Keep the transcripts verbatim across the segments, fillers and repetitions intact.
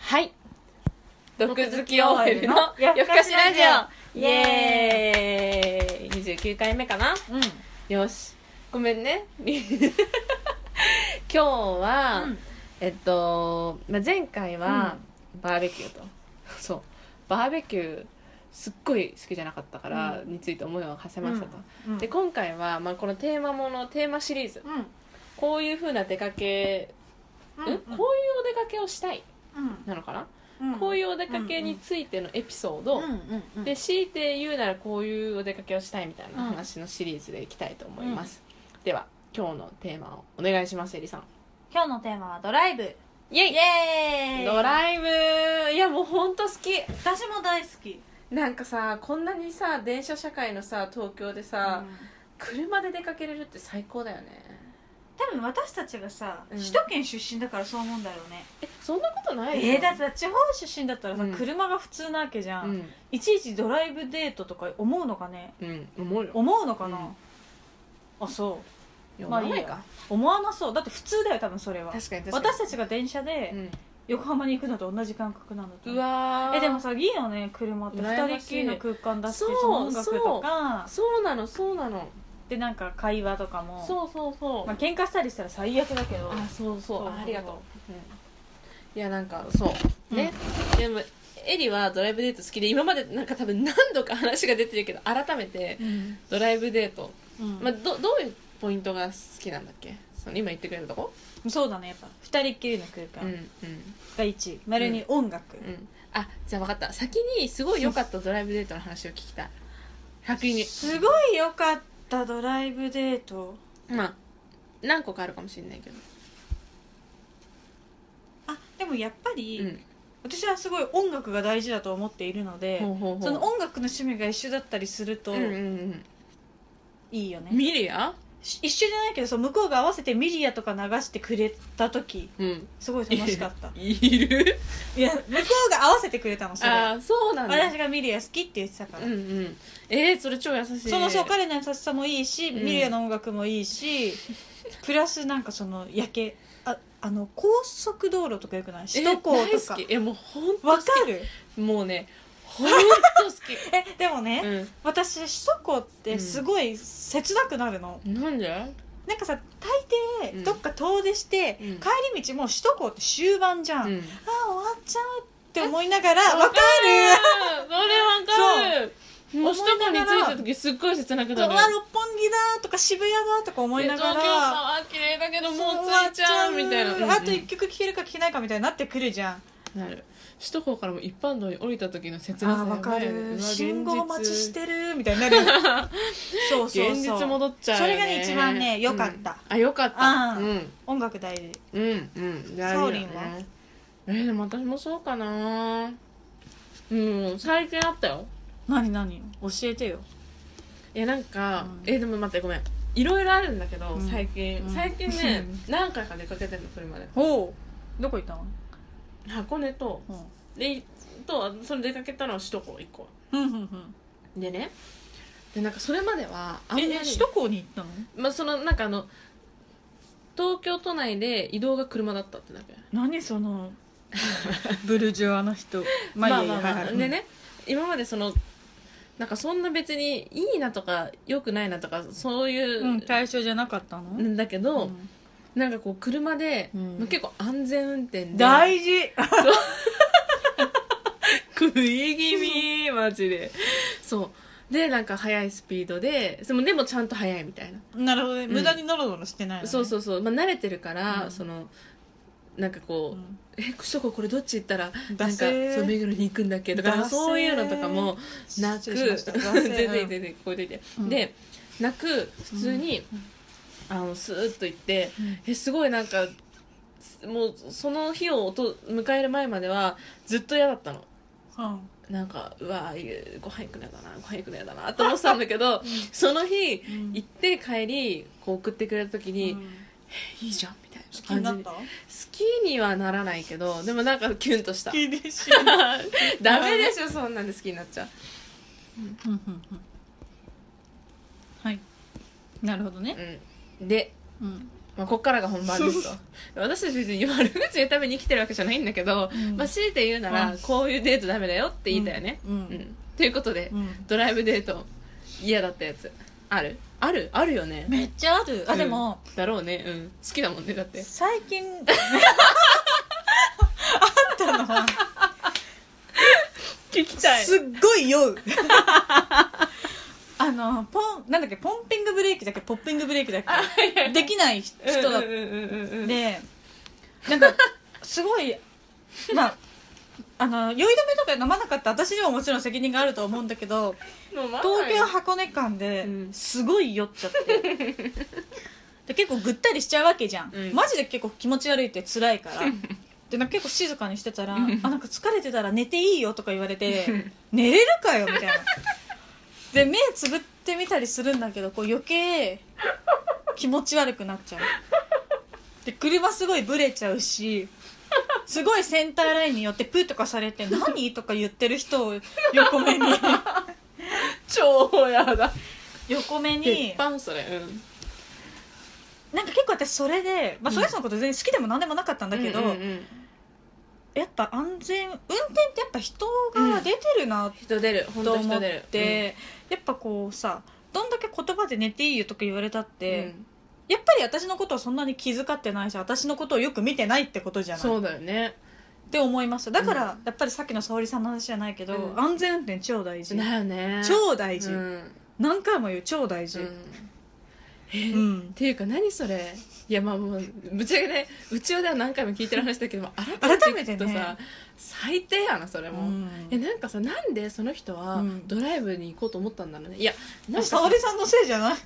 はい、毒好き オーエル の夜更かしラジオ、イエーイ。にじゅうきゅうかいめかな。うん、よし、ごめんね今日は、うん、えっと、まあ、前回はバーベキューと、うん、そうバーベキューすっごい好きじゃなかったから、うん、について思いを馳せましたと、うんうん、で今回は、まあ、このテーマものテーマシリーズ、うん、こういう風な出かけ、うんうん、こういうお出かけをしたい、うん、なのかな、うん、こういうお出かけについてのエピソード、うんうん、で強いて言うならこういうお出かけをしたいみたいな話のシリーズでいきたいと思います、うん、では今日のテーマをお願いします。エリさん。 今日のテーマはドライブ。 イエイ、イエーイ。ドライブ、いやもうほんと好き。 私も大好き。 なんかさ、こんなにさ電車社会のさ東京でさ、うん、車で出かけれるって最高だよね。 多分私たちがさ、うん、首都圏出身だからそう思うんだろうね。 え、そんなことないよ。えー、だって地方出身だったらさ、うん、車が普通なわけじゃん、うん、いちいちドライブデートとか思うのかね。 うん、思うよ。 思うのかな、うん、あ、そう。 まあいいか。 思わなそう。だって普通だよ多分それは。 確かに確かに。 私たちが電車で、うん、横浜に行くのと同じ感覚なんだと。 うわー。 えでもさ、いいよね車って。ふたりっきりの空間だし、その音楽とか。 そうなのそうなの。 でなんか会話とかも。 そうそうそう。 まあ喧嘩したりしたら最悪だけど。 あ、そうそう。ありがとう。うん、いやなんかそうね。うん、でもエリはドライブデート好きで、今までなんか多分何度か話が出てるけど改めてドライブデート。うん、まあどどういうポイントが好きなんだっけ。その今言ってくれるとこ。 そうだね、やっぱふたりっきりの空間がいちい、まるに音楽、うんうん、 あ、じゃあ分かった。先にすごい良かったドライブデートの話を聞きたい。ひゃくにすごい良かったドライブデート、 まあ何個かあるかもしれないけど、 あ、でもやっぱり、うん、私はすごい音楽が大事だと思っているので、ほうほうほう、その音楽の趣味が一緒だったりすると、うんうんうん、いいよね。 ミリア一緒じゃないけど、そう向こうが合わせてミリアとか流してくれた時、うん、すごい楽しかったいるいや、向こうが合わせてくれたの。それ、 あ、そうなんだ。 私がミリア好きって言ってたから、うんうん、 えー、それ超優しい。 そのそう彼の優しさもいいし、うん、ミリアの音楽もいいしプラスなんかその夜景、あ、あの高速道路とかよくない？首都高とか。 え、え、もうほんとわかる？ もうねほんと好きえ、でもね、うん、私首都高ってすごい切なくなるの、 うん、なんで？ なんかさ、大抵どっか遠出して、うん、帰り道も首都高って終盤じゃん、うん、あー終わっちゃうって思いながら、わかるそれわかる。もう首都高に着いた時すっごい切なくなる。 六本木だとか渋谷だとか思いながら、 東京タワー綺麗だけどもう着いちゃうみたいな、うんうん、 あといっきょく聴けるか聴けないかみたいになってくるじゃん。 なる。首都高からも一般道に降りた時の切なさ。 あ、わかる。信号待ちしてるみたいになるそうそうそう、 現実戻っちゃうよね。 それがね一番ね良かった、うん、 あ、良かった、うん、 音楽大事。 うんうん、 サオリンは？ えー、でも私もそうかな。うん、最近あったよ。 何何教えてよ。 いやなんか、うん、えー、でも待ってごめん、いろいろあるんだけど、うん、最近、うん、最近ね何回か出かけてるの車で。 おう、どこ行ったの？ 箱根と、うん、でとそれ出かけたのは首都高いっこ、うんうんうん、でね、でなんかそれまではあんまり、え、首都高に行ったの？ まあそのなんかあの東京都内で移動が車だったってだけ。 何そのブルジョアの人まあいいや、まあまあまあ、 でね、今までそのなんかそんな別にいいなとか良くないなとかそういう、うん、 対象じゃなかったのんだけど、うん、なんかこう車で、うん、結構安全運転で大事食い気味マジで。そうでなんか速いスピードで、でもでもちゃんと速いみたいな。 なるほどね、うん、無駄にノロノロしてないのね。 そうそうそう、まあ、慣れてるから、うん、そのなんかこう、うん、え、首都高これどっち行ったらなんかそう目黒に行くんだっけとかそういうのとかもなく全然全然こう出て、うん、でなく普通に、うん、あのスーッと行って、うん、えすごいなんかもうその日をと迎える前まではずっと嫌だったの、うん、なんかうわご飯行くのやだなご飯行くのやだなと思ってたんだけど、うん、その日、うん、行って帰りこう送ってくれた時に、うん、えいいじゃんみたいな好きになった？好きにはならないけどでもなんかキュンとした。 厳しいダメでしょそんなんで好きになっちゃう、 うんうんうん、はい、なるほどね、 うん、で、 うん、 まあ、こっからが本番ですと私たち別に悪口言うために生きてるわけじゃないんだけど、うん、まあ、強いて言うなら、うん、こういうデートダメだよって言いたよね、うんうんうん、ということで、うん、ドライブデート嫌だったやつあるあるあるよね。 めっちゃある。あ、うん、でもだろうね、うん、好きだもんね。だって最近あったのは聞きたい。 すっごい酔うあのポンなんだっけポンピングブレーキだっけポッピングブレーキだっけできない人だってなんかすごいまああの酔い止めとか飲まなかった私にももちろん責任があると思うんだけど東京箱根間ですごい酔っちゃって、うん、で結構ぐったりしちゃうわけじゃん、うん、マジで結構気持ち悪いって辛いからでなんか結構静かにしてたらあなんか疲れてたら寝ていいよとか言われて寝れるかよみたいなで目つぶってみたりするんだけどこう余計気持ち悪くなっちゃうで車すごいブレちゃうしすごいセンターラインによってプーとかされて何とか言ってる人を横目に超やだ横目に鉄板それ、うん、 なんか結構私それで、まあ、それそのこと全然好きでも何でもなかったんだけど、うんうんうん、やっぱ安全運転ってやっぱ人が出てるなと思って、うん、人出るうん、やっぱこうさどんだけ言葉で寝ていいよとか言われたって、うん、やっぱり私のことをそんなに気遣ってないし私のことをよく見てないってことじゃない。 そうだよねって思います。だから、うん、やっぱりさっきの沙織さんの話じゃないけど、うん、安全運転超大事だよね。 超大事、うん、何回も言う超大事、 うんえうん、っていうか何それいやまあもうぶっちゃけねうちわでは何回も聞いてる話だけど改めて聞くとさ、ね、最低やなそれも、うん、えなんかさなんでその人はドライブに行こうと思ったんだろうね。いやなんか沙織さんのせいじゃない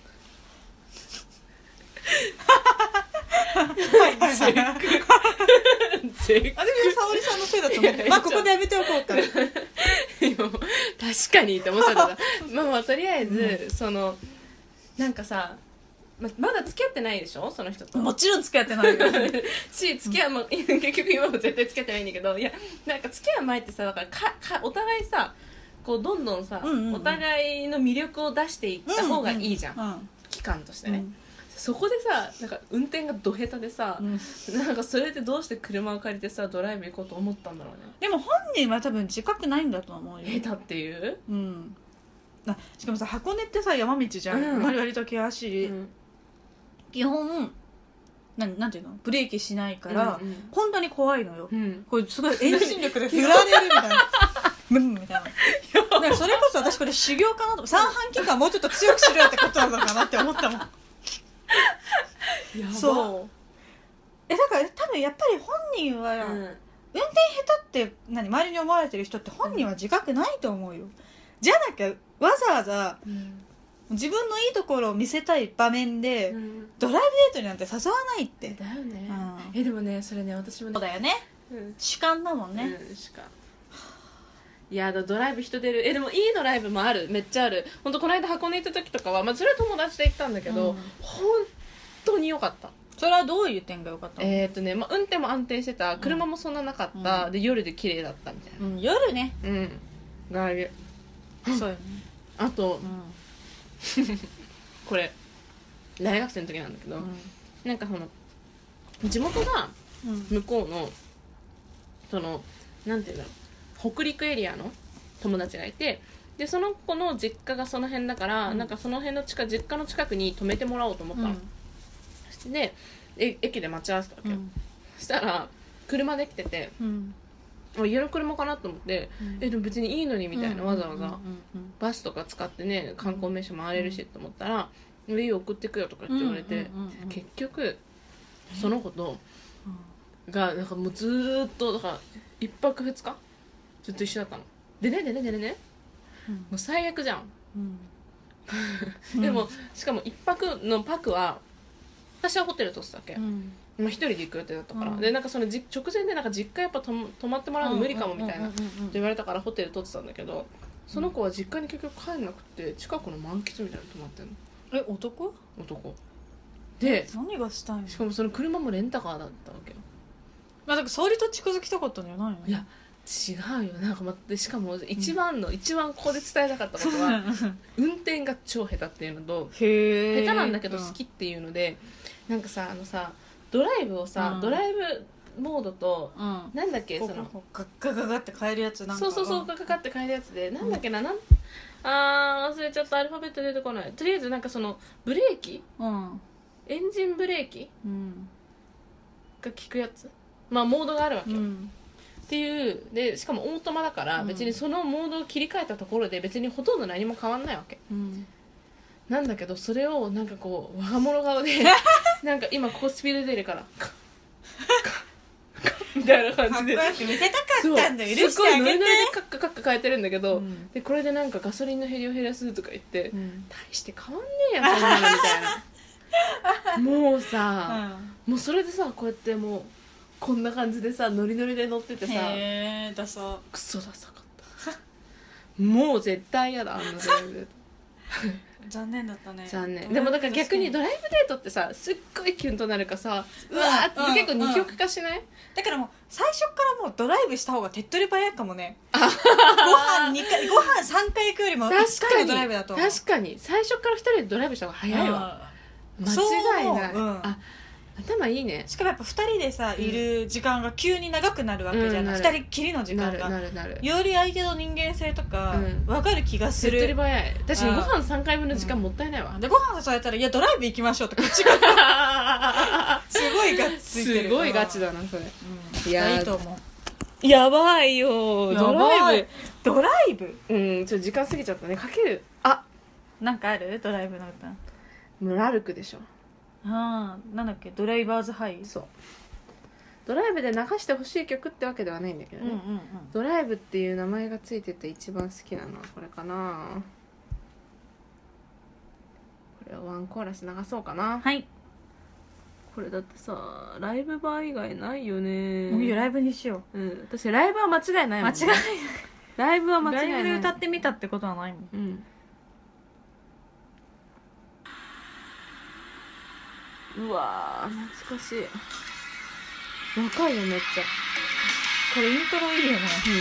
はいはいはいあれも沙織さんのせいだと思ってまあここでやめておこうか確かにって思ったからまあまあとりあえず、うん、そのなんかさ ま, まだ付き合ってないでしょその人と。 もちろん付き合ってないよし付き合うも、うん、結局今も絶対付き合ってないんだけどいやなんか付き合う前ってさだからかかお互いさこうどんどんさ、うんうんうん、お互いの魅力を出していった方がいいじゃん、うんうんうん、期間としてね、うん、そこでさなんか運転がド下手でさ、うん、なんかそれでどうして車を借りてさドライブ行こうと思ったんだろうね。 でも本人は多分自覚ないんだと思うよ。 下手っていう、 うん、しかもさ箱根ってさ山道じゃん、うん、割と険しい、うん、基本な, なんていうのブレーキしないから、うんうん、本当に怖いのよ、うん、これすごい遠心力で揺られるみたいなムンみたいななんかそれこそ私これ修行かなと三半規管もうちょっと強くしろよってことなのかなって思ったもんやばそうえだから多分やっぱり本人は、うん、運転下手って何周りに思われてる人って本人は自覚ないと思うよ。じゃなきゃわざわざ、うん、自分のいいところを見せたい場面で、うん、ドライブデートになんて誘わないってだよね、うん、えでもねそれね私もねそうだよね、うん、主観だもんね、 うん、主観いやだドライブ人出るえでもいいドライブもあるめっちゃある本当この間箱根行った時とかは、まあ、それは友達で行ったんだけど、うん、本当に良かった。 それはどういう点が良かったの？ えーっとね、まあ、運転も安定してた車もそんななかった、うん、で夜で綺麗だったみたいな、 うん、夜ねうんがあるそうよねあと、うん、これ大学生の時なんだけど、うん、なんかその地元が向こうの、うん、そのなんていうんだろう北陸エリアの友達がいてでその子の実家がその辺だから、うん、なんかその辺の近実家の近くに泊めてもらおうと思ったの、うん、でえ駅で待ち合わせたわけよ、うん、そしたら車で来てて、うん家の車かなと思って、うん、えでも別にいいのにみたいな、うん、わざわざバスとか使ってね観光名所回れるしと思ったら「いいよ送ってくよ」とかって言われて、結局その子とがなんかもうずーっとだからいっぱくふつかずっと一緒だったのでねでねでねね、うん、もう最悪じゃん、うん、でもしかもいっぱくのパクは私はホテル取ってたわけ、うんまあ、一人で行く予定だったから、うん、でなんかそのじ直前でなんか実家やっぱと泊まってもらうの無理かもみたいなって言われたからホテル取ってたんだけどその子は実家に結局帰んなくて近くの満喫みたいなの泊まってんの。 え男男で何がしたいの？ しかもその車もレンタカーだったわけよ。 まあだから沙織と近づきたかったんじゃないの？ いや違うよなんか待ってしかも一番の、うん、一番ここで伝えたかったことは運転が超下手っていうのと下手なんだけど好きっていうので、 なんかさあのさドライブをさ、 うん、 ドライブモードと、うん、なんだっけそのガッガガガって変えるやつなんかそうそうそうガガガって変えるやつで、うん、なんだっけななんあー忘れちゃった、アルファベット出てこない。とりあえずなんかそのブレーキ、うん、エンジンブレーキ、うん、が効くやつ、まあモードがあるわけよ、うん、っていうでしかもオートマだから別にそのモードを切り替えたところで別にほとんど何も変わんないわけ、うん、なんだけどそれをなんかこう我が物顔でなんか今ここスピード出るからカッカッカッみたいな感じでかっこよく見せたかったんだよ、許してあげて。すごいノリノリでカッカカッカ変えてるんだけど、うん、でこれでなんかガソリンの減りを減らすとか言って、うん、大して変わんねえやそんなのみたいなもうさ、うん、もうそれでさこうやってもうこんな感じでさノリノリで乗っててさ、 へーダサクソダサかったもう絶対嫌だあんなドライブデート残念だったね。 残念。でもだから逆にドライブデートってさすっごいキュンとなるかさうわーって、うん、結構二極化しない、うん、 だからもう最初からもうドライブした方が手っ取り早いかもねご飯にかいご飯さんかい行くよりもいっかいのドライブだと確かに最初からふたりでドライブした方が早いわ、間違いない、うん、あ頭いいね。 しかもやっぱふたりでさ、うん、いる時間が急に長くなるわけじゃない、うん、ふたりきりの時間がなるなるなるより相手の人間性とか、うん、分かる気がする。 手っ取り早い。私ご飯さんかいぶんの時間もったいないわ、 うん、でご飯誘われたらいやドライブ行きましょうってこっちがすごいガチついてる。 すごいガチだなそれ、 うん、いやいいと思う。 やばいよドライブドライブうんちょっと時間過ぎちゃったね。かけるあなんかあるドライブの歌。 ムラルクでしょ。 ああなんだっけドライバーズハイ。 そうドライブで流してほしい曲ってわけではないんだけどね、うんうんうん、ドライブっていう名前がついてて一番好きなのはこれかな。これをワンコーラス流そうかな。 はい。 これだってさライブバー以外ないよね。 もういいよライブにしよう、うん、私ライブは間違いないもん、ね、 間違いないライブは間違いない。 ライブで歌ってみたってことはないもん、 うんうわー懐かしい。若いよめっちゃ。 これイントロいいよね、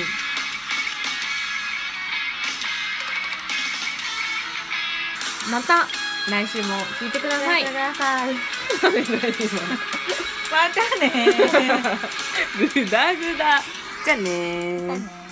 うん、また来週も聞いてください。 聞いてくださいまたねグダグダじゃあねー。